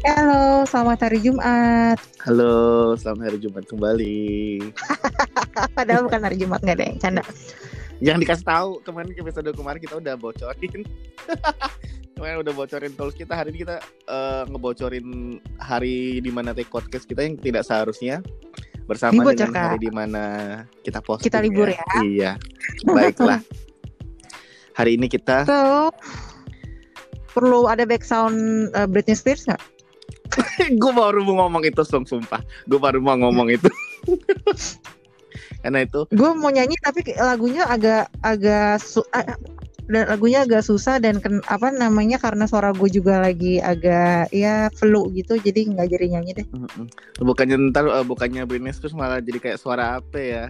Halo, selamat hari Jumat. Halo, selamat hari Jumat kembali. Padahal bukan hari Jumat, nggak deh, canda. Yang dikasih tahu kemarin episode kemarin kita udah bocorin. Kemarin udah bocorin tools kita. Hari ini kita ngebocorin hari di mana take podcast kita yang tidak seharusnya bersama Dibocor, dengan hari di mana kita posting. Kita libur ya. Iya. Baiklah. Hari ini kita perlu ada background Britney Spears nggak? gue baru mau ngomong itu, sumpah. Gue baru mau ngomong itu. Karena itu Gue mau nyanyi tapi lagunya lagunya agak susah dan karena suara gue juga lagi agak ya flu gitu, jadi nggak jadi nyanyi deh. Bukannya Britney Spears malah jadi kayak suara apa ya?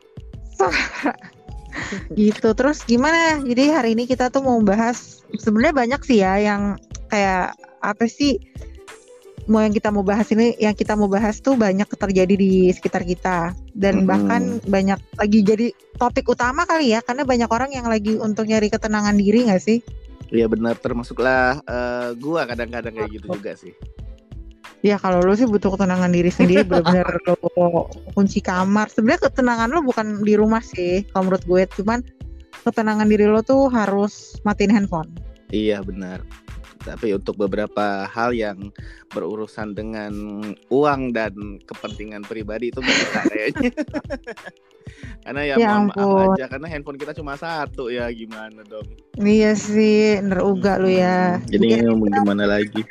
Gitu. Terus gimana? Jadi hari ini kita tuh mau bahas, sebenarnya banyak sih ya yang kayak apa sih yang kita mau bahas tuh banyak terjadi di sekitar kita dan bahkan banyak lagi jadi topik utama kali ya, karena banyak orang yang lagi untuk nyari ketenangan diri, nggak sih? Iya benar, termasuklah gua kadang-kadang kayak gitu juga sih. Ya kalau lo sih butuh ketenangan diri sendiri, benar-benar lo kunci kamar. Sebenarnya ketenangan lo bukan di rumah sih kalau menurut gue, cuman ketenangan diri lo tuh harus matiin handphone. Iya benar. Tapi untuk beberapa hal yang berurusan dengan uang dan kepentingan pribadi itu bisa kayaknya. Karena mohon maaf aja, karena handphone kita cuma satu ya, gimana dong? Iya sih, neruga lu ya. Jadi gimana lagi?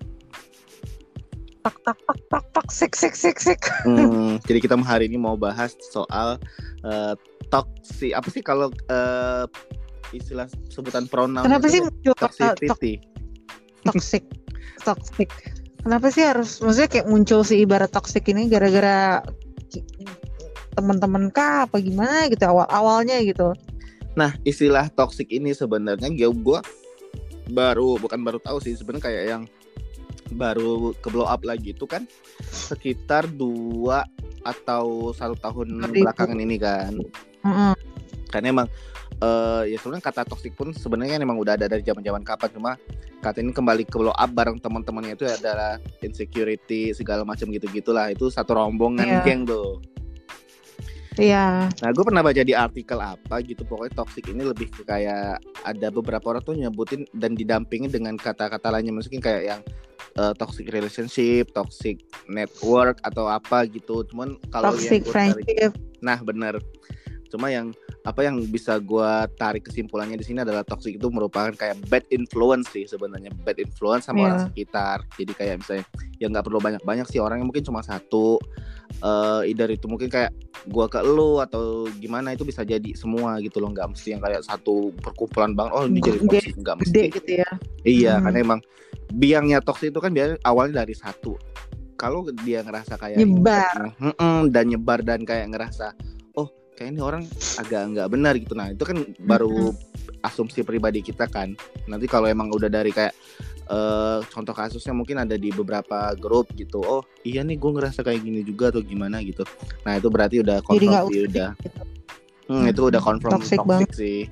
Tak sek. Jadi kita hari ini mau bahas soal toxic. Apa sih kalau istilah sebutan pronoun? Kenapa sih muncul toxicity? Toxic. Kenapa sih harus, maksudnya kayak muncul si ibarat toxic ini gara-gara teman-teman kah apa gimana gitu awalnya gitu. Nah, istilah toxic ini sebenarnya gue bukan baru tahu sih, sebenarnya kayak yang baru ke blow up lagi itu kan sekitar 2 atau 1 tahun belakangan ini kan. Karena emang ya sebenarnya kata toxic pun sebenarnya emang udah ada dari zaman-zaman kapan, cuma kata ini kembali ke blow up bareng teman-temannya itu adalah insecurity segala macam gitu-gitulah. Itu satu rombongan geng tuh. Iya. Nah, gue pernah baca di artikel apa gitu, pokoknya toxic ini lebih ke kayak ada beberapa orang tuh nyebutin dan didampingi dengan kata-kata lainnya, mungkin kayak yang toxic relationship, toxic network atau apa gitu. Cuman kalau toxic friendship. Nah, benar. Cuma yang bisa gue tarik kesimpulannya di sini adalah toxic itu merupakan kayak bad influence sih sebenarnya, bad influence sama orang sekitar. Jadi kayak misalnya ya nggak perlu banyak sih, orangnya mungkin cuma satu. Either itu mungkin kayak gue ke lu atau gimana, itu bisa jadi semua gitu loh, nggak mesti yang kayak satu perkumpulan banget. Oh ini jadi toxic, nggak mesti gitu ya. Iya, karena emang biangnya toxic itu kan biasanya awalnya dari satu. Kalau dia ngerasa kayak dan nyebar dan kayak ngerasa kayak ini orang agak nggak benar gitu. Nah itu kan baru asumsi pribadi kita kan. Nanti kalau emang udah dari kayak contoh kasusnya mungkin ada di beberapa grup gitu, oh iya nih gue ngerasa kayak gini juga atau gimana gitu. Nah itu berarti udah konfirmasi, udah gitu. Itu udah confirm toxic sih.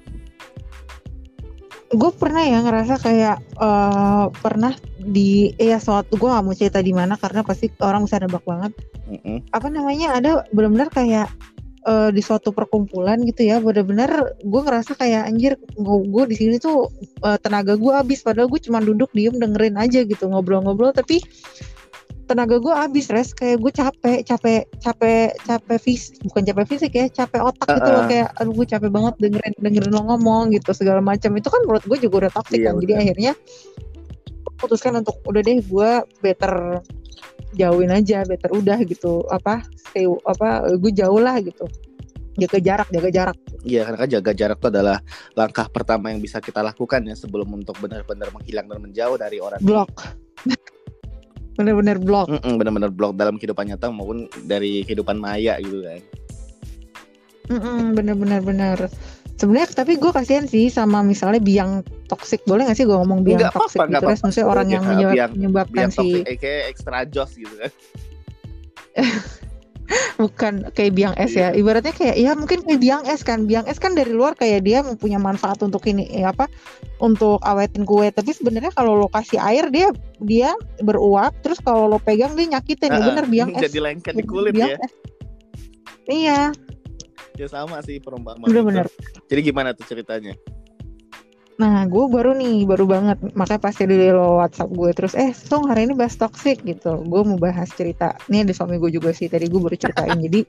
Gue pernah ya ngerasa kayak pernah di suatu, gue nggak mau cerita di mana karena pasti orang bisa nebak banget. Apa namanya, ada benar-benar kayak di suatu perkumpulan gitu ya, benar-benar gue ngerasa kayak anjir, gue di sini tuh tenaga gue habis, padahal gue cuma duduk diem dengerin aja gitu, ngobrol-ngobrol, tapi tenaga gue habis, kayak gue capek bukan capek fisik ya, capek otak gitu loh, kayak aduh gue capek banget dengerin lo ngomong gitu segala macam. Itu kan menurut gue juga udah toxic kan. Jadi akhirnya putuskan untuk udah deh, gue better jauhin aja, better udah gitu, gue jauh lah gitu, jaga jarak. Iya, karena kan jaga jarak itu adalah langkah pertama yang bisa kita lakukan ya sebelum untuk benar-benar menghilang dan menjauh dari orang. Blok. Benar-benar blok. Benar-benar blok dalam kehidupan nyata maupun dari kehidupan maya gitu kan. Benar. Sebenarnya tapi gue kasihan sih sama misalnya biang toksik, boleh nggak sih gue ngomong biang toksik gitu, maksudnya orang yang menyebabkan si toxic, kayak extra joss gitu kan. bukan kayak biang es ya. Ibaratnya kayak ya mungkin kayak biang es kan. Biang es kan dari luar kayak dia mempunyai manfaat untuk ini untuk awetin kue. Tapi sebenarnya kalau lo kasih air dia beruap. Terus kalau lo pegang dia nyakitin. Ya bener biang es. Jadi lengket di kulit biang ya. Es. Iya. Ya sama sih perumpamaan. Bener-bener. Jadi gimana tuh ceritanya? Nah, gue baru banget, makanya pasti di lo WhatsApp gue terus, Song hari ini bahas toxic gitu. Gue mau bahas cerita. Ini ada suami gue juga sih, tadi gue baru ceritain. Jadi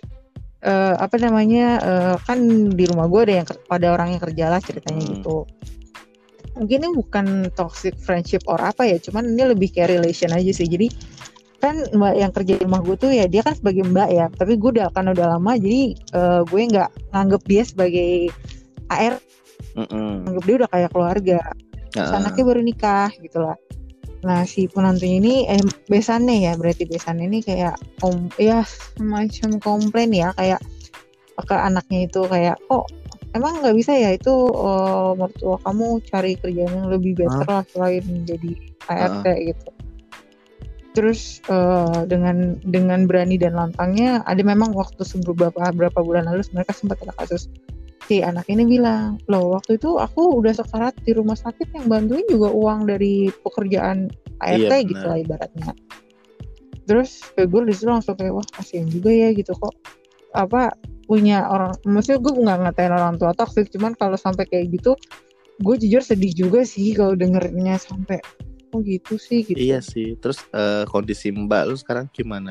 kan di rumah gue ada orang yang kerja lah ceritanya gitu. Mungkin ini bukan toxic friendship or apa ya, cuman ini lebih kayak relation aja sih. Jadi kan mbak yang kerja di rumah gue tuh ya dia kan sebagai mbak ya, tapi gue udah lama, jadi gue nggak nganggep dia sebagai AR. Anggap dia udah kayak keluarga. Terus anaknya baru nikah gitu lah. Nah si penantunya ini besannya ini kayak semacam komplain ya, kayak ke anaknya itu kayak emang nggak bisa ya itu mertua kamu cari kerjaan yang lebih better lah selain jadi ART gitu. Terus dengan berani dan lantangnya ada memang waktu beberapa bulan lalu mereka sempat ada kasus. Si anak ini bilang, loh waktu itu aku udah sekarat di rumah sakit yang bantuin juga uang dari pekerjaan ART gitu lah ibaratnya. Terus gue disitu langsung kayak wah kasihan juga ya gitu kok punya orang, maksudnya gue nggak ngatain orang tua toksik, cuman kalau sampai kayak gitu gue jujur sedih juga sih kalau dengernya sampai gitu sih gitu. Iya sih. Terus kondisi mbak lu sekarang gimana?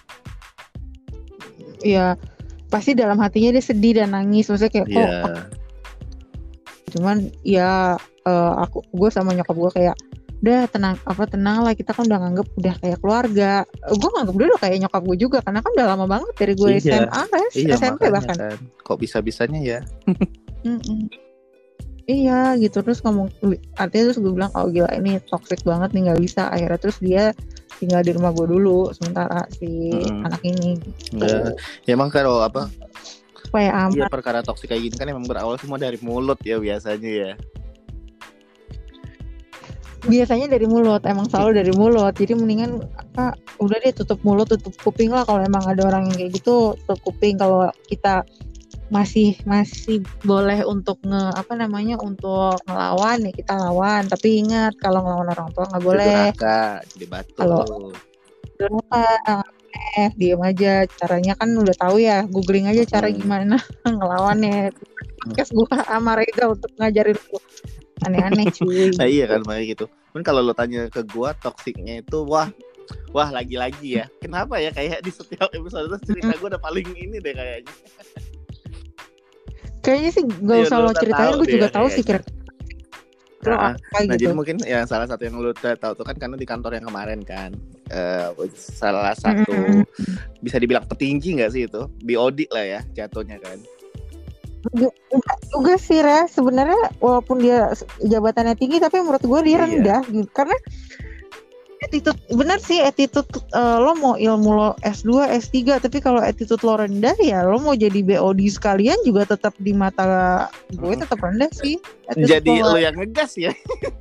Iya pasti dalam hatinya dia sedih dan nangis, maksudnya kayak cuman ya gue sama nyokap gue kayak udah tenang lah, kita kan udah nganggep udah kayak keluarga. Gue nganggep dia udah kayak nyokap gue juga karena kan udah lama banget dari gue SMA SMP bahkan kan. Kok bisa-bisanya ya. Iya gitu. Terus artinya terus gue bilang gila ini toxic banget nih, nggak bisa. Akhirnya terus dia tinggal di rumah gue dulu sementara si anak ini gitu. Ya emang kalau supaya aman. Iya, perkara toksik kayak gini kan emang berawal semua dari mulut ya biasanya ya. Biasanya dari mulut, emang selalu dari mulut. Jadi mendingan udah deh tutup mulut, tutup kuping lah. Kalau emang ada orang yang kayak gitu, tutup kuping. Kalau kita masih boleh untuk untuk ngelawan ya kita lawan. Tapi ingat kalau ngelawan orang tua nggak boleh. Jadi batu. Kalau diem aja. Caranya kan udah tahu ya. Googling aja cara gimana ngelawannya. Podcast gue sama Reza untuk ngajarin lu. Aneh-aneh cuy. Nah iya kan makanya gitu. Kan kalau lo tanya ke gue toksiknya itu wah lagi-lagi ya. Kenapa ya kayak di setiap episode itu cerita gue udah paling ini deh kayaknya. Kayaknya sih gak usah lo ceritain, gue juga tahu sih kira-kira. Nah jadi mungkin ya salah satu yang lo tahu tuh kan karena di kantor yang kemarin kan salah satu bisa dibilang petinggi nggak sih itu BOD lah ya jatuhnya kan. Juga sih Re, sebenarnya walaupun dia jabatannya tinggi tapi menurut gue dia rendah gitu. Karena attitude, benar sih attitude lo mau ilmu lo S2, S3 tapi kalau attitude lo rendah ya lo mau jadi BOD sekalian juga tetap di mata gue tetap rendah sih. Jadi lo yang ngegas ya.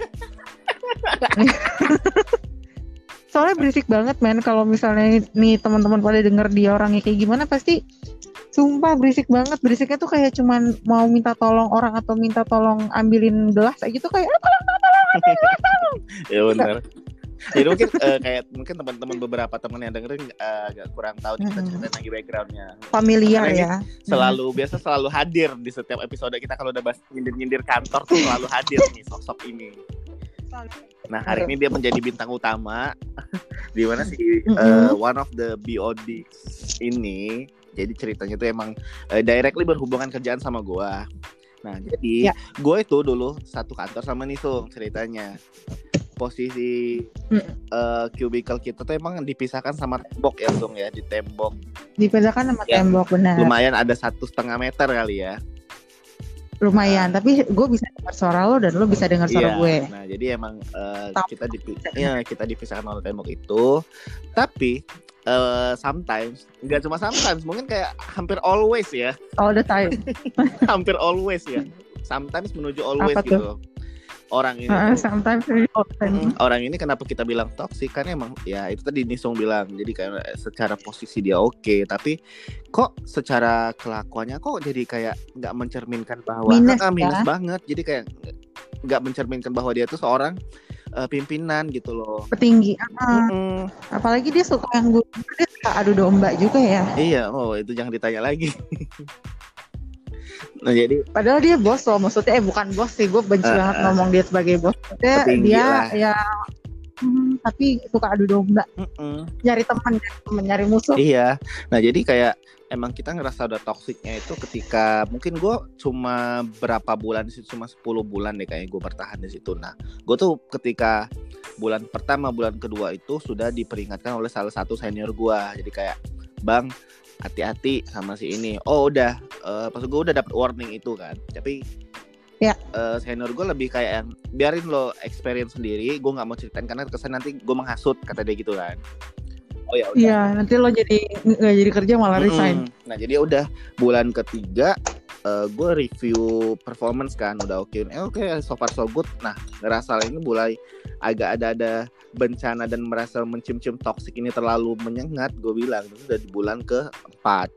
Soalnya berisik banget men, kalau misalnya nih teman-teman pada denger dia orangnya kayak gimana pasti sumpah berisik banget. Berisiknya tuh kayak cuman mau minta tolong orang atau minta tolong ambilin gelas kayak gitu kayak tolong. Ya benar. Jadi mungkin teman-teman beberapa teman yang dengerin agak kurang tahu nih kita ceritain lagi backgroundnya. Familiar ya. Selalu hadir di setiap episode kita kalau udah bahas nyindir kantor tuh selalu hadir nih sosok ini. Nah hari ini dia menjadi bintang utama di mana sih one of the BOD ini. Jadi ceritanya tuh emang directly berhubungan kerjaan sama gue. Nah jadi gue itu dulu satu kantor sama Nisung ceritanya. Posisi cubicle kita tuh emang dipisahkan sama tembok ya Sung ya, di tembok. Dipisahkan sama tembok benar. Lumayan ada 1,5 meter kali ya. Lumayan, tapi gue bisa dengar suara lo dan lo bisa dengar suara gue. Nah jadi emang kita dipisahkan oleh tembok itu. Tapi sometimes, nggak cuma sometimes, mungkin kayak hampir always ya. All the time. Hampir always ya. Sometimes menuju always apa gitu. orang ini sometimes orang ini kenapa kita bilang toksik, karena emang ya itu tadi Nisong bilang, jadi kayak secara posisi dia oke, tapi kok secara kelakuannya kok jadi kayak nggak mencerminkan bahwa minus banget, jadi kayak nggak mencerminkan bahwa dia tuh seorang pimpinan gitu loh, petinggi. Apalagi dia suka yang dia suka adu domba juga ya. Iya, itu jangan ditanya lagi. Nah, jadi padahal dia bos loh, maksudnya bukan bos sih, gue benci banget ngomong dia sebagai bos. Dia ya tapi suka adu domba, nyari teman, nyari musuh. Iya, nah jadi kayak emang kita ngerasa udah toksiknya itu ketika mungkin gue cuma berapa bulan di situ, cuma 10 bulan deh kayaknya gue bertahan di situ. Nah, gue tuh ketika bulan pertama, bulan kedua itu sudah diperingatkan oleh salah satu senior gue, jadi kayak, Bang, hati-hati sama si ini. Udah, pas gue udah dapet warning itu kan, tapi ya senior gue lebih kayak yang biarin lo experience sendiri, gue nggak mau ceritain karena kesan nanti gue menghasut, kata dia gitu kan. Ya udah. Iya, nanti lo jadi nggak jadi kerja malah resign. Nah jadi udah bulan ketiga gue review performance kan, udah oke, so far so good. Nah ngerasa ini mulai agak ada bencana dan merasa mencium-cium toxic ini terlalu menyengat. Gue bilang itu udah di bulan keempat.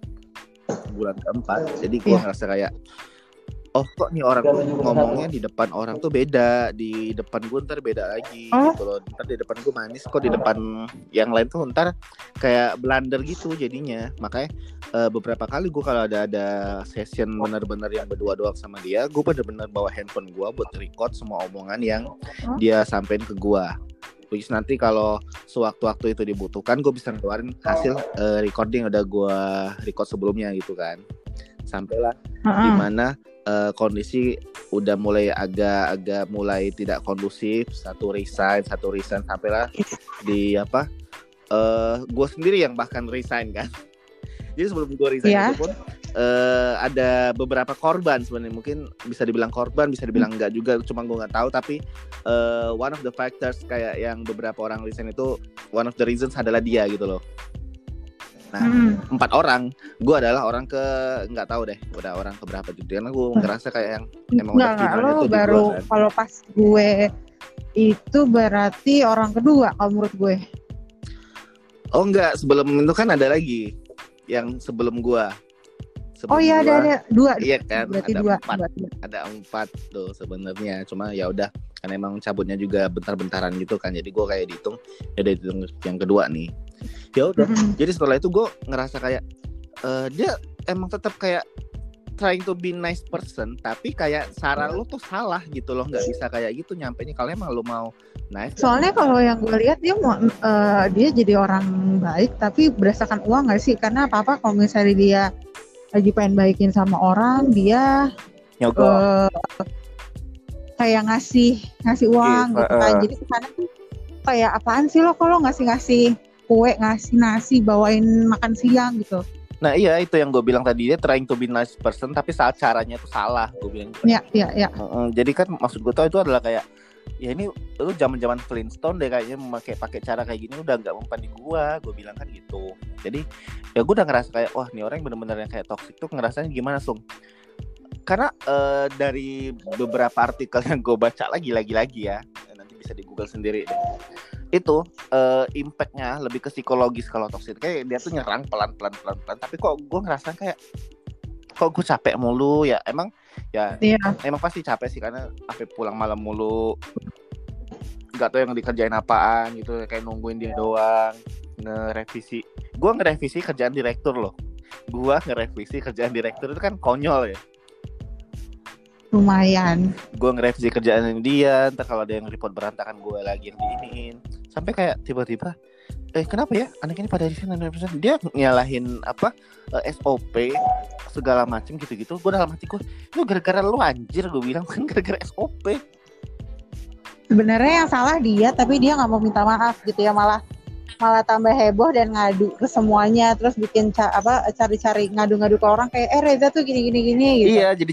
Jadi gue ngerasa kayak, kok nih orang tuh ngomongnya di depan orang tuh beda, di depan gue ntar beda lagi gitu loh. Ntar di depan gue manis, kok di depan yang lain tuh ntar kayak blunder gitu jadinya. Makanya beberapa kali gue kalau ada session benar-benar yang berdua doang sama dia, gue benar-benar bawa handphone gue buat record semua omongan yang dia sampein ke gue. Terus nanti kalau sewaktu-waktu itu dibutuhkan, gue bisa ngeluarin hasil recording yang udah gue record sebelumnya gitu kan. Sampailah di mana kondisi udah mulai agak mulai tidak kondusif, satu resign sampailah di gue sendiri yang bahkan resign kan. Jadi sebelum gue resign itu pun ada beberapa korban sebenarnya, mungkin bisa dibilang korban, bisa dibilang enggak juga, cuma gue nggak tahu. Tapi one of the factors kayak yang beberapa orang resign itu, one of the reasons adalah dia gitu loh. Nah 4 orang, gue adalah orang ke nggak tahu deh, udah orang ke berapa gitu, karena gue ngerasa kayak yang emang udah finalnya tuh baru kan. Kalau pas gue itu berarti orang kedua kalau menurut gue. Enggak, sebelum itu kan ada lagi yang sebelum gue. Iya ada 2. Iya kan, berarti ada 4 tuh sebenarnya, cuma ya udah kan emang cabutnya juga bentar-bentaran gitu kan, jadi gue kayak dihitung yang kedua nih. Ya udah, jadi setelah itu gue ngerasa kayak dia emang tetap kayak trying to be nice person, tapi kayak saran lo tuh salah gitu loh, nggak bisa kayak gitu nyampenya kalau emang lo mau nice. Soalnya kalau yang gue lihat dia jadi orang baik tapi berdasarkan uang nggak sih? Karena apa kalau misalnya dia lagi pengen baikin sama orang, dia kayak ngasih uang gitu kan. Jadi kesana tuh kayak apaan sih lo kalau ngasih kue, ngasih nasi, bawain makan siang gitu. Nah iya, itu yang gue bilang tadi, dia trying to be nice person tapi saat caranya itu salah, gue bilang. Iya. Jadi kan maksud gue tuh itu adalah kayak, ya ini lu zaman Flintstone deh kayaknya pakai cara kayak gini udah nggak mempan di gue bilang kan gitu. Jadi ya gue udah ngerasa kayak, wah nih orang yang benar-benar yang kayak toxic tuh ngerasanya gimana Sung? Karena dari beberapa artikel yang gue baca lagi ya, nanti bisa di Google sendiri deh. Itu impactnya lebih ke psikologis kalau toxic. Kayak dia tuh nyerang pelan, tapi kok gue ngerasa kayak kok gue capek mulu ya. Emang pasti capek sih, karena sampai pulang malam mulu, nggak tahu yang dikerjain apaan gitu, kayak nungguin dia doang ngerevisi. Gue ngerevisi kerjaan direktur loh. Itu kan konyol ya. Lumayan. Gue ngerevisi kerjaan dia, ntar kalau ada yang report berantakan gue lagi yang diiniin. Sampai kayak tiba-tiba kenapa ya anak ini pada resign, dia nyalahin SOP segala macem gitu-gitu. Gue dalam hati gue, itu gara-gara lu anjir, gue bilang kan gara-gara SOP. Sebenarnya yang salah dia, tapi dia nggak mau minta maaf gitu ya, malah tambah heboh dan ngadu ke semuanya, terus bikin cari-cari ngadu-ngadu ke orang kayak Reza tuh gini gitu. Iya, jadi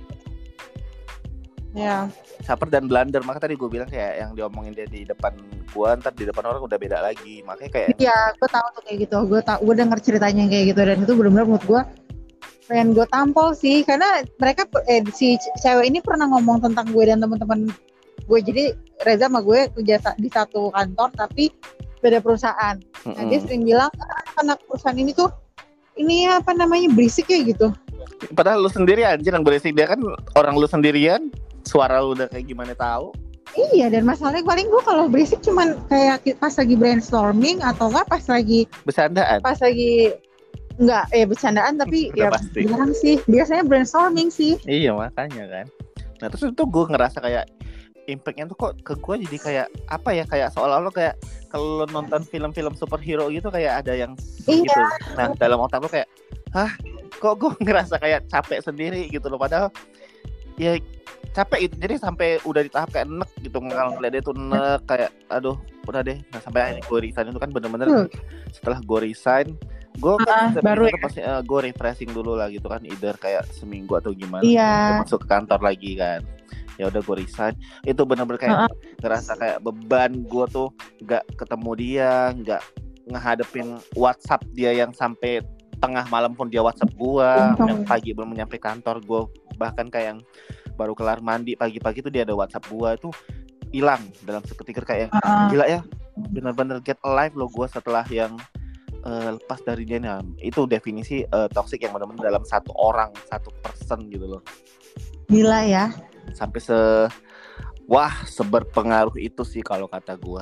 ya caper dan blunder. Maka tadi gue bilang kayak yang diomongin dia di depan gue, ntar di depan orang udah beda lagi. Makanya kayak gue tahu tuh kayak gitu, gue denger ceritanya kayak gitu, dan itu benar-benar menurut gue pengen gue tampol sih, karena mereka si cewek ini pernah ngomong tentang gue dan teman-teman gue. Jadi Reza sama gue kerja di satu kantor tapi beda perusahaan. Nah dia sering bilang anak perusahaan ini tuh ini apa namanya berisik ya gitu. Padahal lu sendiri anjir yang berisik, dia kan orang lu sendirian, suara lu udah kayak gimana tahu. Iya, dan masalahnya paling gue kalau berisik cuman kayak pas lagi brainstorming atau enggak pas lagi bercandaan. Pas lagi enggak bercandaan tapi ya jarang sih. Biasanya brainstorming sih. Iya makanya kan. Nah terus itu gue ngerasa kayak impactnya tuh kok ke gue jadi kayak apa ya, kayak seolah-olah kayak kalau lo nonton film-film superhero gitu kayak ada yang gitu. Nah dalam otak lo kayak kok gue ngerasa kayak capek sendiri gitu loh, padahal ya capek gitu. Jadi sampai udah di tahap kayak nek gitu, kalau ngeliat dia tuh nek kayak aduh udah deh. Nah sampai akhirnya gue resign itu kan bener-bener setelah gue resign gue baru pasti gue refreshing dulu lah gitu kan, either kayak seminggu atau gimana masuk ke kantor lagi kan. Ya udah gue resign, itu benar-benar kayak ngerasa kayak beban gue tuh nggak ketemu dia, nggak ngehadepin WhatsApp dia yang sampai tengah malam pun dia WhatsApp gue, yang pagi belum nyampe kantor gue, bahkan kayak yang baru kelar mandi pagi-pagi tuh dia ada WhatsApp gue, itu hilang dalam seketika. Kayak gila ya, benar-benar get alive loh gue setelah yang lepas dari dia. Nah, itu definisi toxic yang benar-benar dalam satu orang, satu person gitu loh. Gila ya. Sampai seberpengaruh itu sih kalau kata gue.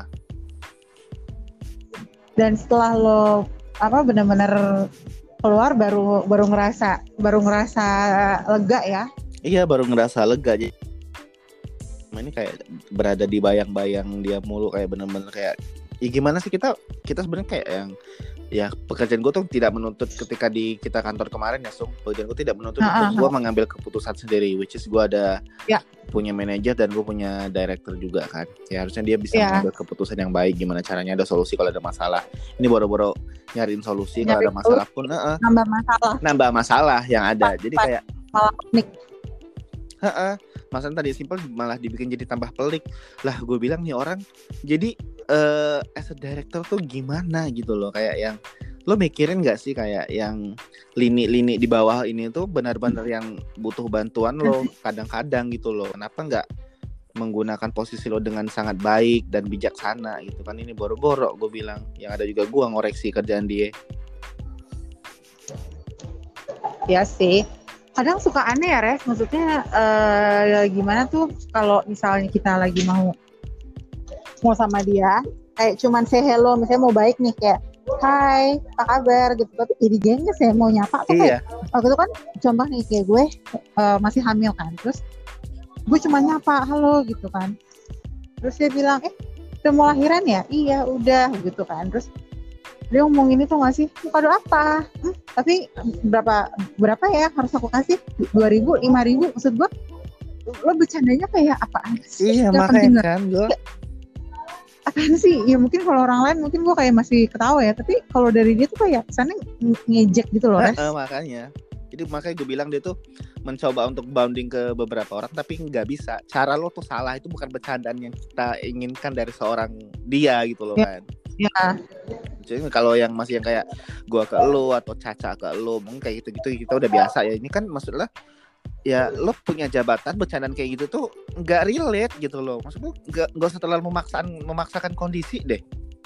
Dan setelah lo benar-benar keluar baru ngerasa lega ya? Iya, baru ngerasa lega. Jadi ini kayak berada di bayang-bayang dia mulu, kayak benar-benar kayak ya gimana sih kita sebenarnya kayak yang ya pekerjaan gue tuh tidak menuntut ketika di kita kantor kemarin ya, pekerjaan gue tidak menuntut untuk gue mengambil keputusan sendiri, which is gue ada punya manajer dan gue punya director juga kan. Ya harusnya dia bisa mengambil keputusan yang baik, gimana caranya ada solusi kalau ada masalah. Ini boro-boro nyariin solusi, kalau ada masalah pun nambah masalah yang ada. Jadi kayak malah pelik. Masalah tadi simpel malah dibikin jadi tambah pelik. Lah gue bilang nih orang jadi as a director tuh gimana gitu loh, kayak yang lo mikirin gak sih kayak yang lini-lini di bawah ini tuh benar-benar yang butuh bantuan lo kadang-kadang gitu loh. Kenapa gak menggunakan posisi lo dengan sangat baik dan bijaksana gitu kan. Ini boro-boro gue bilang, yang ada juga gue ngoreksi kerjaan dia. Ya sih, kadang suka aneh ya Res, maksudnya gimana tuh kalau misalnya kita lagi mau sama dia, kayak cuman say hello, misalnya mau baik nih kayak hai, apa kabar gitu, tapi jadi gengges ya mau nyapa tuh kayak waktu itu kan contoh nih kayak gue masih hamil kan, terus gue cuma nyapa halo gitu kan, terus dia bilang udah mau lahiran ya, iya udah gitu kan, terus dia ngomong ini tuh nggak sih, kado apa? Tapi berapa ya harus aku kasih? 2.000, 5.000, maksud gue lo bercandanya kayak apaan sih? Iya makanya kan gue apaan sih? Ya mungkin kalau orang lain mungkin gue kayak masih ketawa ya, tapi kalau dari dia tuh kayak kesannya ngejek gitu loh Res. Makanya gue bilang dia tuh mencoba untuk bounding ke beberapa orang, tapi nggak bisa. Cara lo tuh salah, itu bukan bercandaan yang kita inginkan dari seorang dia gitu loh kan. Iya. Jadi kalau yang masih yang kayak gua ke lo atau Caca ke lo, mungkin kayak gitu-gitu kita udah biasa ya. Ini kan maksudnya ya lo punya jabatan, bercandaan kayak gitu tuh nggak relate gitu loh. Maksudnya nggak usah terlalu memaksakan kondisi deh.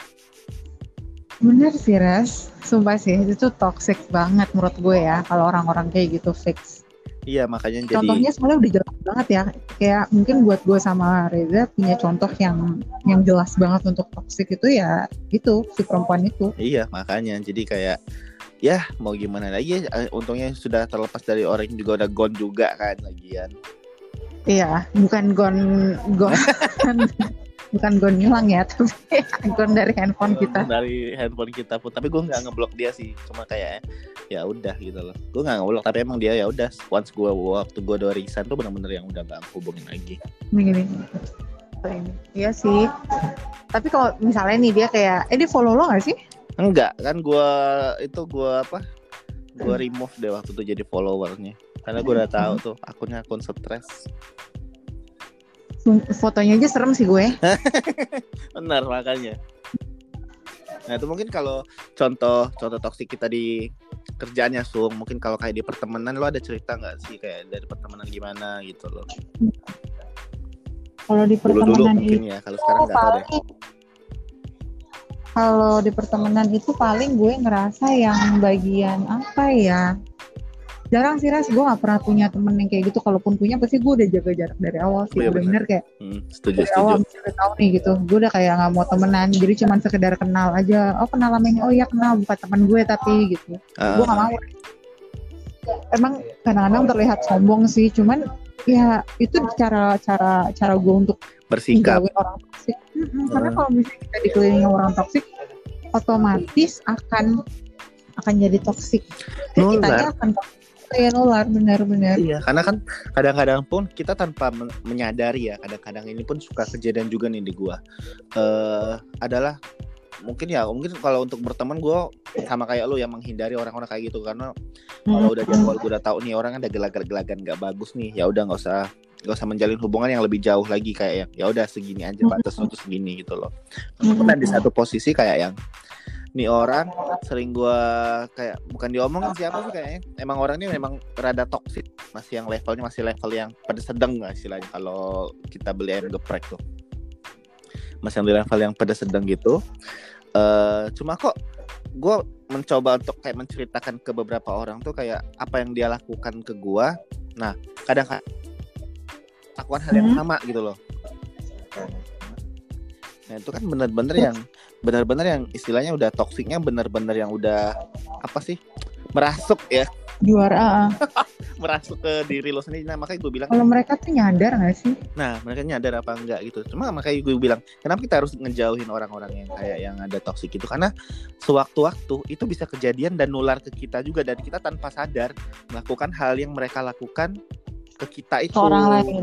Bener sih Res, sumpah sih itu tuh toxic banget menurut gue ya kalau orang-orang kayak gitu fix. Iya makanya jadi contohnya sebenarnya udah jelas banget ya, kayak mungkin buat gue sama Reza punya contoh yang jelas banget untuk toxic itu ya itu si perempuan itu. Iya makanya jadi kayak ya mau gimana lagi, untungnya sudah terlepas dari orang yang juga udah gone juga kan lagian. Iya, bukan gone bukan gone hilang ya, tapi gone dari handphone kita. Dari handphone kita pun, tapi gue nggak ngeblok dia sih, cuma kayak ya udah gitu loh. Gue nggak ngeblok, tapi emang dia ya udah waktu gue udah resign tuh benar-benar yang udah nggak hubungin lagi. Ini. Iya sih. Tapi kalau misalnya nih dia kayak, dia follow lo nggak sih? Enggak, kan gue remove deh waktu itu jadi followernya, karena gue udah tahu tuh akun stres. Fotonya aja serem sih gue. Benar makanya. Nah itu mungkin kalau contoh toksik kita di kerjaannya mungkin kalau kayak di pertemanan lo ada cerita nggak sih kayak dari pertemanan gimana gitu loh? Kalau di pertemanan mungkin ya, kalau sekarang nggak tahu deh. Kalau di pertemanan itu paling gue ngerasa yang bagian apa ya, jarang sih Ras, gue gak pernah punya temen yang kayak gitu. Kalaupun punya pasti gue udah jaga jarak dari awal sih. Bener-bener kayak setuju. awal udah tahu nih gitu, gue udah kayak gak mau temenan, jadi cuma sekedar kenal aja. Oh kenal sama ini, oh iya kenal, bukan teman gue tapi gitu. Gue gak mau. Emang kadang-kadang terlihat sombong sih, cuman ya itu cara gue untuk bersikap orang toksik. Karena kalau misalnya kita dikelilingi orang toksik, otomatis akan jadi toksik. Kitanya akan kayak nular, benar-benar. Iya, karena kan kadang-kadang pun kita tanpa menyadari ya, kadang-kadang ini pun suka kejadian juga nih di gua. Adalah mungkin kalau untuk berteman gua sama kayak lo yang menghindari orang-orang kayak gitu, karena kalau udah jadwal gua udah tahu nih orang ada gelagat-gelagan nggak bagus nih, ya udah nggak usah menjalin hubungan yang lebih jauh lagi, kayak ya udah segini aja batas untuk segini gitu loh. Pernah di satu posisi kayak yang nih orang sering gue kayak bukan diomongin siapa sih, kayaknya emang orang ini memang rada toksik, masih yang levelnya masih level yang pada sedang lah istilahnya, kalau kita beli ayam geprek tuh masih yang di level yang pada sedang gitu. Cuma kok gue mencoba untuk kayak menceritakan ke beberapa orang tuh kayak apa yang dia lakukan ke gue, nah kadang-kadang lakukan hal yang sama gitu loh. Nah itu kan benar-benar yang istilahnya udah toksiknya, benar-benar yang udah apa sih, merasuk ya, juara merasuk ke diri lo sendiri. Nah makanya gue bilang kalau mereka tuh nyadar nggak sih? Nah mereka nyadar apa enggak gitu. Cuma makanya gue bilang kenapa kita harus ngejauhin orang-orang yang kayak yang ada toksik itu, karena sewaktu-waktu itu bisa kejadian dan nular ke kita juga, dan kita tanpa sadar melakukan hal yang mereka lakukan ke kita itu. Ke orang lain.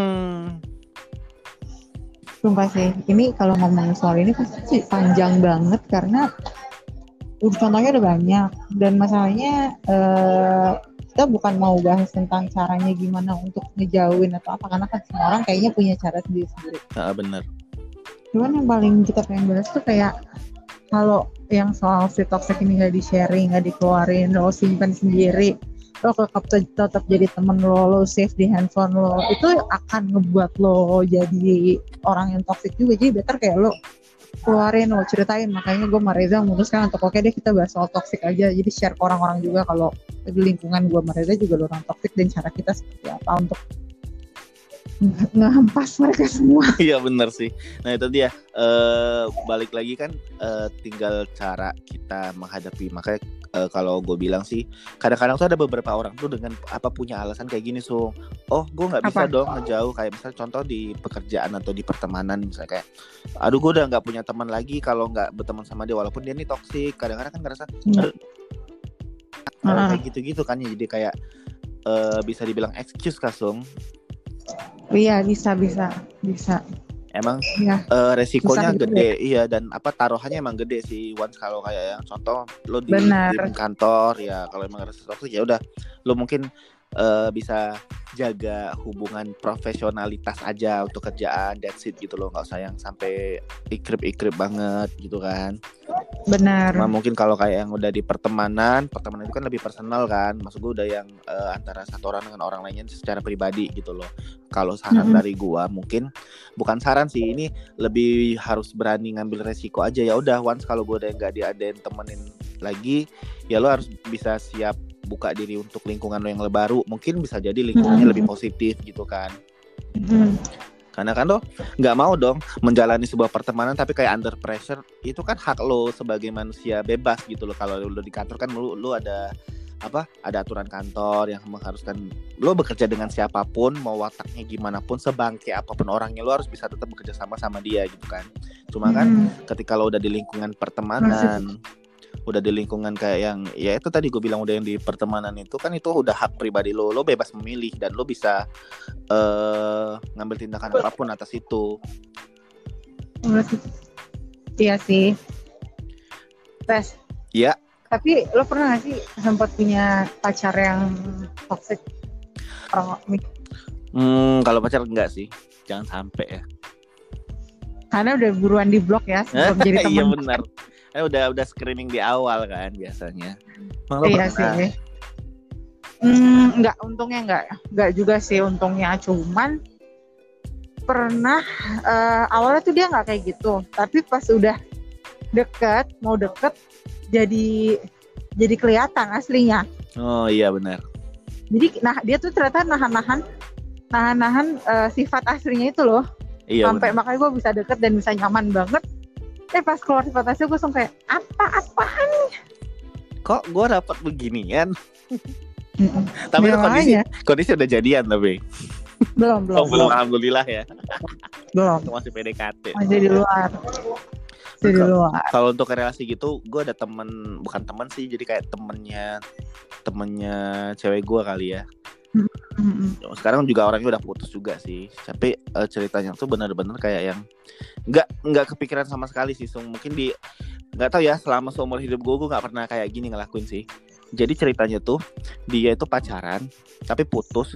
Sumpah sih, ini kalau ngomongin soal ini pasti panjang banget karena contohnya udah banyak, dan masalahnya kita bukan mau bahas tentang caranya gimana untuk ngejauhin atau apa, karena kan semua orang kayaknya punya cara sendiri-sendiri. Benar. Cuman yang paling kita pengen bahas tuh kayak kalau yang soal si toxic ini nggak di-sharing, nggak dikeluarin, lo simpen sendiri, lo tetap jadi temen lo save di handphone lo, itu akan ngebuat lo jadi orang yang toxic juga. Jadi better kayak lo keluarin, lo ceritain. Makanya gue sama Reza memutuskan untuk oke deh kita bahas soal toxic aja, jadi share ke orang-orang juga kalau di lingkungan gue sama Reza juga lo orang toxic, dan cara kita seperti apa untuk ngehampas mereka semua. Iya benar sih. Nah itu dia, balik lagi kan tinggal cara kita menghadapi. Makanya kalau gue bilang sih kadang-kadang tuh ada beberapa orang tuh dengan punya alasan kayak gini, so gue nggak bisa dong ngejauh, kayak misalnya contoh di pekerjaan atau di pertemanan, misalnya kayak aduh gue udah nggak punya teman lagi kalau nggak berteman sama dia walaupun dia nih toksik. Kadang-kadang kan ngerasa kayak gitu-gitu kan ya, jadi kayak bisa dibilang excuse kasung. Iya bisa. Emang ya, resikonya gede gitu. Iya, dan taruhannya emang gede sih. Once kalau kayak yang contoh lo di kantor ya, kalau emang rasa toksik ya udah lo mungkin bisa jaga hubungan profesionalitas aja untuk kerjaan, that's it gitu loh, nggak usah yang sampai ikrip banget gitu kan. Benar. Cuma mungkin kalau kayak yang udah di pertemanan itu kan lebih personal kan, maksud gue udah yang antara satu orang dengan orang lainnya secara pribadi gitu loh. Kalau saran dari gue mungkin bukan saran sih, ini lebih harus berani ngambil resiko aja. Ya udah once kalau gue udah nggak diadain temenin lagi, ya lo harus bisa siap buka diri untuk lingkungan lo yang baru, mungkin bisa jadi lingkungannya lebih positif gitu kan. Karena kan lo nggak mau dong menjalani sebuah pertemanan tapi kayak under pressure. Itu kan hak lo sebagai manusia bebas gitu loh. Kalau lo di kantor kan lo ada aturan kantor yang mengharuskan lo bekerja dengan siapapun, mau wataknya gimana pun, sebangke apapun orangnya, lo harus bisa tetap bekerja sama dia gitu kan. Cuma kan ketika lo udah di lingkungan pertemanan, udah di lingkungan kayak yang ya itu tadi gue bilang, udah yang di pertemanan itu kan itu udah hak pribadi lo bebas memilih dan lo bisa ngambil tindakan apapun atas itu. Iya sih. Tes. Iya. Tapi lo pernah gak sih sempat punya pacar yang toxic? Kalau pacar enggak sih, jangan sampai ya. Karena udah buruan di blok ya sebelum jadi teman. Iya benar. Udah screening di awal kan biasanya. Iya sih. Untungnya enggak juga sih untungnya, cuman pernah awalnya tuh dia nggak kayak gitu, tapi pas udah mau deket jadi kelihatan aslinya. Oh iya benar. Jadi dia tuh ternyata nahan sifat aslinya itu loh. Iya, sampai bener. Makanya gue bisa deket dan bisa nyaman banget. Pas keluar sifat asli gue langsung kayak apaan? Kok gue dapat beginian? Tapi kondisi udah jadian tapi. Belum. Alhamdulillah ya. Belum. Masih PDKT. Masih di luar. Kalau untuk relasi gitu, gue ada bukan teman sih, jadi kayak temennya cewek gue kali ya. Sekarang juga orangnya udah putus juga sih. Tapi ceritanya tuh benar-benar kayak yang nggak kepikiran sama sekali sih. So, mungkin nggak tahu ya, selama seumur hidup gue nggak pernah kayak gini ngelakuin sih. Jadi ceritanya tuh dia itu pacaran tapi putus.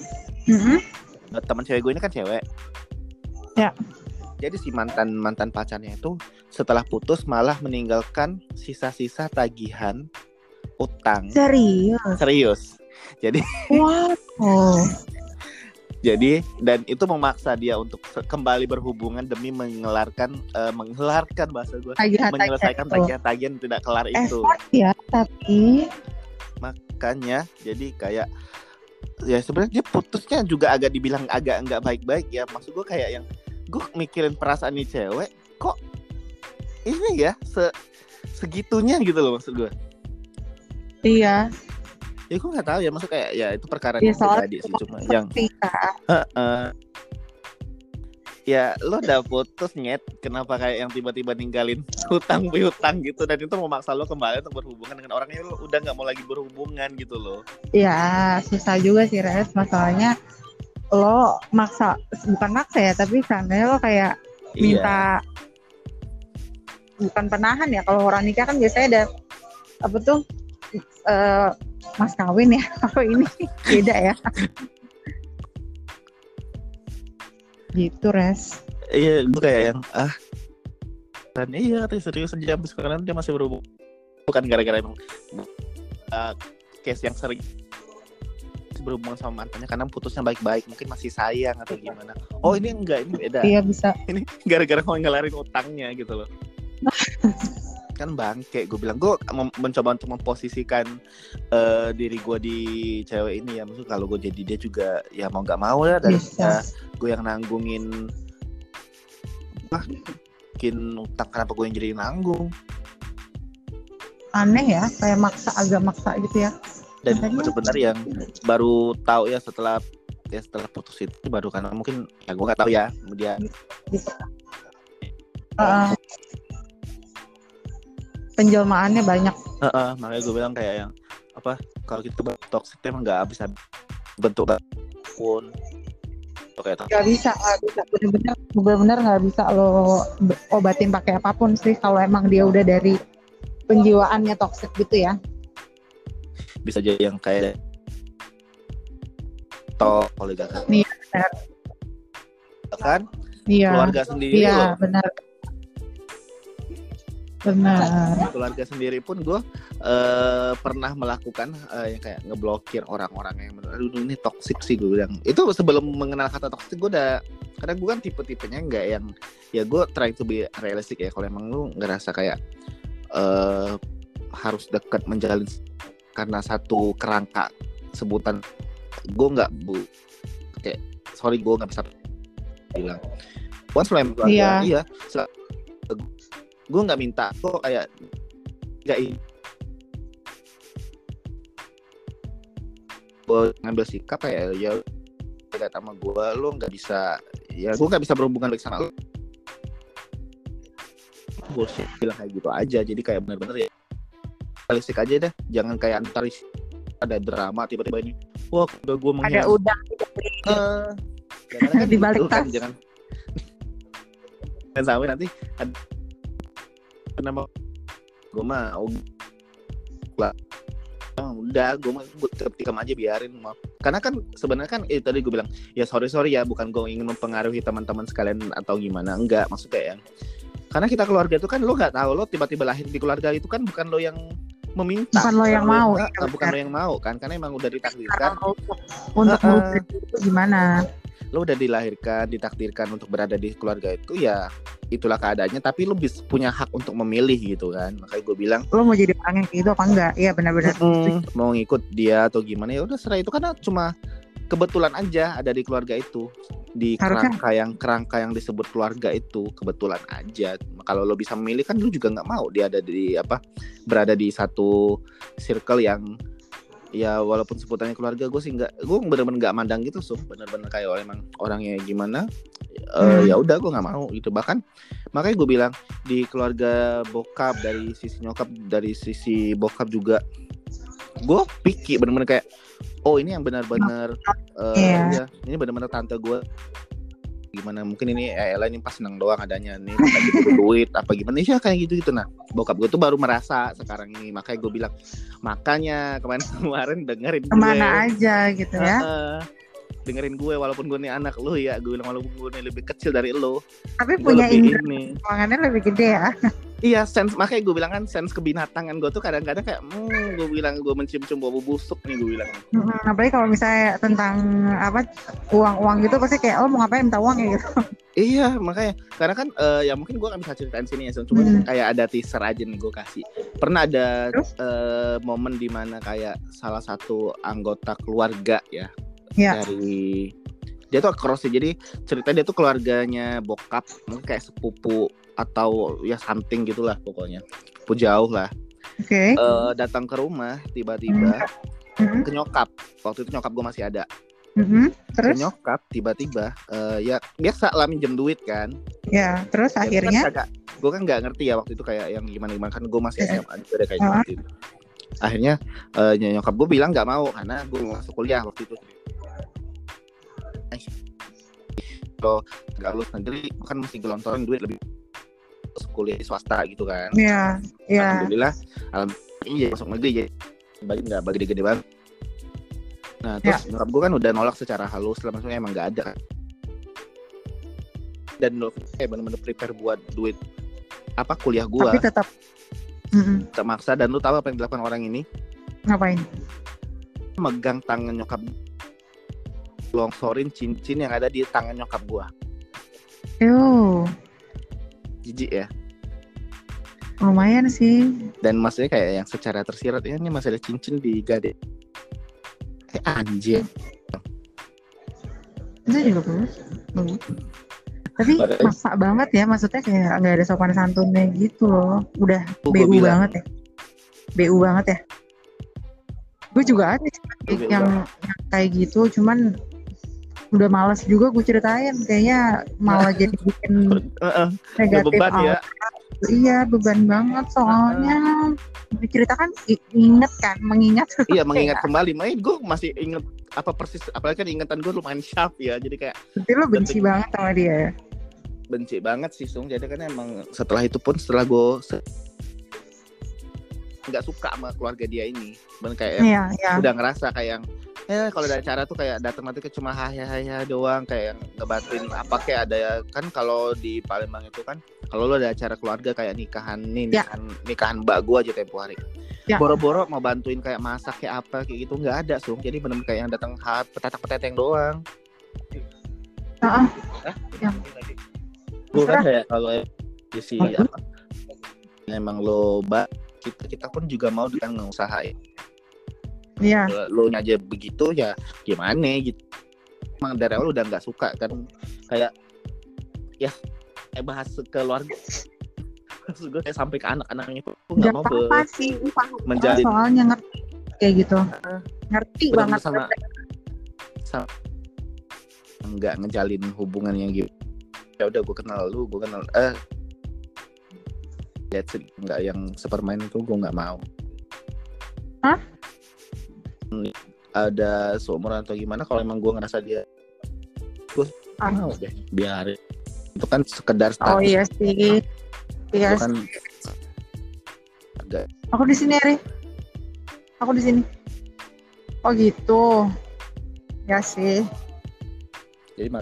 Teman cewek gue ini kan cewek. Ya. Jadi si mantan pacarnya itu setelah putus malah meninggalkan sisa-sisa tagihan utang. Serius. Jadi wow. Jadi dan itu memaksa dia untuk kembali berhubungan demi menyelesaikan tagihan tidak kelar itu. Ya, tapi makanya jadi kayak ya sebenarnya putusnya juga agak dibilang agak enggak baik-baik ya. Maksud gue kayak yang gue mikirin perasaan nih cewek kok ini ya segitunya gitu loh maksud gue. Iya. Ya gue nggak tahu ya, maksud kayak ya itu perkara yang pribadi sih, cuma yang ya lo udah putus nyet, kenapa kayak yang tiba-tiba ninggalin hutang piutang gitu, dan itu memaksa lo kembali untuk berhubungan dengan orang yang lo udah nggak mau lagi berhubungan gitu loh. Ya susah juga sih Res, masalahnya lo bukan maksa ya, tapi karena lo kayak minta bukan penahan ya. Kalau orang nikah kan biasanya ada apa tuh mas kawin ya. Kalau ini beda ya. Gitu Res. Iya, gue kayak yang dan iya serius aja sampai sekarang dia masih berhubung, bukan gara-gara emang case yang sering berhubungan sama mantannya karena putusnya baik-baik, mungkin masih sayang atau gimana. Oh ini enggak, ini beda. Iya bisa. Ini gara-gara mau ngelarin utangnya gitu loh. Kan bangke, gue bilang gue mencoba untuk memposisikan diri gue di cewek ini ya, maksud kalau gue jadi dia juga ya mau nggak mau ya, dan gue yang nanggungin mungkin utang, kenapa gue yang jadi nanggung? Aneh ya, kayak agak maksa gitu ya. Dan benar-benar yang baru tahu ya setelah putus itu baru, karena mungkin ya gue nggak tahu ya dia. Penjelmaannya banyak. Makanya gue bilang kayak yang apa, kalau kita toxic emang nggak bisa bentuk pun nggak bisa benar-benar nggak bisa lo obatin pakai apapun sih kalau emang dia udah dari penjiwaannya toxic gitu ya. Bisa jadi yang kayak oligarki. Iya benar. Kan? Iya. Keluarga sendiri. Iya benar. Keluarga sendiri pun gue pernah melakukan yang kayak ngeblokir orang-orang yang aduh ini toksik sih, gue bilang. Itu sebelum mengenal kata toksik gue udah, karena gue kan tipe-tipenya nggak yang ya gue try to be realistic ya. Kalau emang lu ngerasa kayak harus dekat menjalin karena satu kerangka sebutan, gue nggak kayak sorry gue nggak bisa bilang once mulai keluarga. Iya gue nggak minta kok, kayak nggak gue ngambil sikap kayak ya beda sama gue, lo nggak bisa, ya gue nggak bisa berhubungan lagi sama lo, bullshit, bilang kayak gitu aja. Jadi kayak benar-benar ya realistik aja deh, jangan kayak antar ada drama tiba-tiba ini wah udah gue ada udang di balik tas, jangan sampai nanti ada nama gue mah udah gue mah tikam aja, biarin mau. Karena kan sebenarnya kan tadi gue bilang ya sorry ya, bukan gue ingin mempengaruhi teman-teman sekalian atau gimana, enggak, maksudnya ya karena kita keluarga itu kan lo nggak tahu, lo tiba-tiba lahir di keluarga itu kan bukan lo yang meminta, bukan lo yang mau, bukan lo yang mau kan, karena emang udah ditakdirkan untuk itu gimana. lo udah dilahirkan, ditakdirkan untuk berada di keluarga itu, ya itulah keadaannya, tapi lo punya hak untuk memilih gitu kan. Makanya gue bilang, lo mau jadi orang yang kayak gitu apa enggak? Iya benar-benar. Mau ngikut dia atau gimana, ya udah serah, itu karena cuma kebetulan aja ada di keluarga itu, di kerangka yang disebut keluarga itu, kebetulan aja. Kalau lo bisa memilih kan, lo juga nggak mau dia ada di berada di satu circle yang, ya walaupun sebutannya keluarga, gue bener-bener nggak mandang gitu, bener-bener kayak emang orangnya gimana, ya udah gue nggak mau gitu. Bahkan makanya gue bilang, di keluarga bokap, dari sisi nyokap, dari sisi bokap juga, gue picky bener-bener kayak, oh ini yang benar-benar ya, ini benar-benar tante gue gimana, mungkin ini ini pas seneng doang adanya nih, gitu duit apa gimana sih kayak gitu. Nah bokap gue tuh baru merasa sekarang ini. Makanya gue bilang, makanya kemarin dengerin kemana aja gitu ya, dengerin gue, walaupun gue nih anak lo ya, gue bilang walaupun gue nih lebih kecil dari lo, tapi punya indra keuangannya lebih gede ya. Iya, sense, makanya gue bilang kan, sense kebinatangan gue tuh kadang-kadang kayak, gue bilang gue mencium-cium bau busuk nih, gue bilang. Apalagi kalau misalnya tentang uang gitu, pasti kayak mau ngapain minta uang ya gitu. Iya, makanya karena kan ya mungkin gue gak bisa ceritain sini ya, cuma kayak ada teaser aja nih gue kasih. Pernah ada momen dimana kayak salah satu anggota keluarga ya. Dari dia tuh cross, jadi cerita dia tuh keluarganya bokap, mungkin kayak sepupu atau ya something gitulah pokoknya, sepupu jauh lah. Datang ke rumah tiba-tiba ke nyokap, waktu itu nyokap gue masih ada. Terus? Ke nyokap tiba-tiba ya biasa lah minjem duit kan. Ya, terus ya, akhirnya gue kan nggak ngerti ya waktu itu kayak yang gimana kan, gue masih SMA juga kayak gitu. Akhirnya nyokap gue bilang nggak mau karena gue mau masuk kuliah waktu itu. Kalau nggak lulus negeri kan mesti gelontorin duit lebih kuliah di swasta gitu kan. Iya. Alhamdulillah masuk negeri jadi bagi nggak bagi gede banget. Nah terus nyokap gue kan udah nolak secara halus lah, maksudnya emang nggak ada kan. Dan lo benar-benar prepare buat duit kuliah gue. Tapi tetap termaksa. Dan lo tahu apa yang dilakukan orang ini? Ngapain? Megang tangan nyokap, longsorin cincin yang ada di tangan nyokap gua. Jijik ya. Lumayan sih. Dan maksudnya kayak yang secara tersirat ya, ini masih ada cincin di gade. Kayak anjir. Itu juga bagus. Tapi maksa banget ya, maksudnya kayak nggak ada sopan santunnya gitu loh. Udah BU banget ya. BU banget ya. Gue juga ada yang kayak gitu, cuman udah malas juga gue ceritain, kayaknya malah jadi bikin negatif beban ya. Iya, beban banget soalnya diceritakan mengingat. Iya, mengingat kembali. Main gue masih inget persis, apalagi kan ingatan gue lumayan sharp ya, jadi kayak berarti lo benci banget sama dia ya? Benci banget sih Sung, jadi kan emang setelah itu pun, setelah gue nggak suka sama keluarga dia ini, bener kayak udah ngerasa kayak kalau ada acara tuh kayak datang nanti cuma hai doang, kayak ngebantuin kayak ada kan, kalau di Palembang itu kan kalau lo ada acara keluarga kayak nikahan mbak gua aja tempo hari, boro-boro mau bantuin kayak masak kayak apa kayak gitu nggak ada Sung, jadi benar-benar kayak yang datang peteteng doang. Gue kan kayak kalau si emang lo kita pun juga mau kan ngusahain. Iya. Lo aja begitu ya gimana gitu. Emang dari awal udah nggak suka kan, kayak ya bahas keluarga. Gue kayak sampai ke anak-anaknya tuh nggak mau menjalin. Soalnya ngerti kayak gitu. Ngerti banget sama nggak ngejalin hubungan yang gitu. Ya udah gue kenal that's it, nggak yang sepermain itu gue nggak mau. Ada seumuran atau gimana, kalau emang gue ngerasa dia gue mau deh biarin, itu kan sekedar status. Oh iya sih, iya kan aku di sini Ari, aku di sini. Oh gitu ya sih, jadi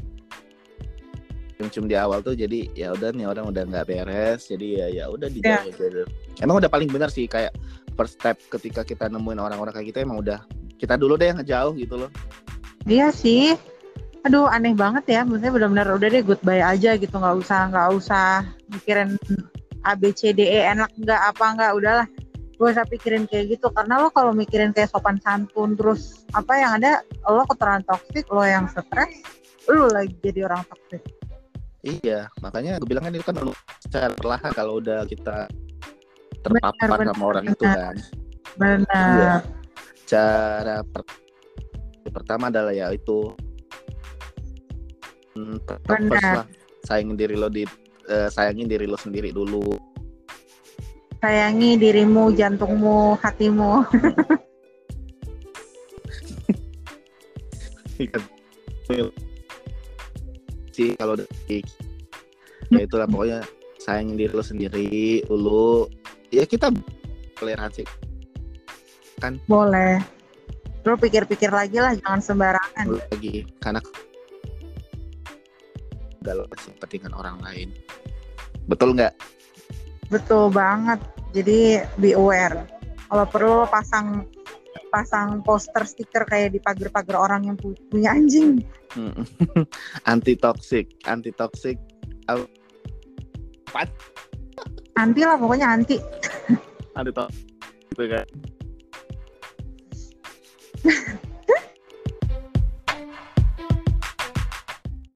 cium di awal tuh, jadi ya udah nih orang udah nggak beres, jadi ya udah dijauh aja. Emang udah paling benar sih, kayak first step ketika kita nemuin orang-orang kayak gitu, emang udah kita dulu deh yang ngejauh gitu loh. Iya sih, Aduh aneh banget ya, maksudnya benar-benar udah deh goodbye aja gitu, nggak usah mikirin A B C D E enak nggak apa nggak, udahlah gue usah pikirin kayak gitu, karena lo kalau mikirin kayak sopan santun terus apa yang ada lo keterangan toksik, lo yang stres, lo lagi jadi orang toksik. Iya, makanya gue bilang kan itu kan secara perlahan kalau udah kita terpapar sama orang itu kan. Benar. Iya. Cara pertama adalah ya itu benar. Sayangin diri lo sendiri dulu. Sayangi dirimu, jantungmu, hatimu. Sih kalau ya itulah pokoknya sayangin diri lo sendiri dulu. Ya kita toleransi kan. Boleh. Lo pikir-pikir lagi lah, jangan sembarangan. Lagi karena galau kepentingan orang lain. Betul nggak? Betul banget. Jadi be aware. Kalau perlu pasang poster stiker kayak di pagar-pagar orang yang punya anjing. anti toxic. Anti lah pokoknya anti. Anti toxic gitu kan.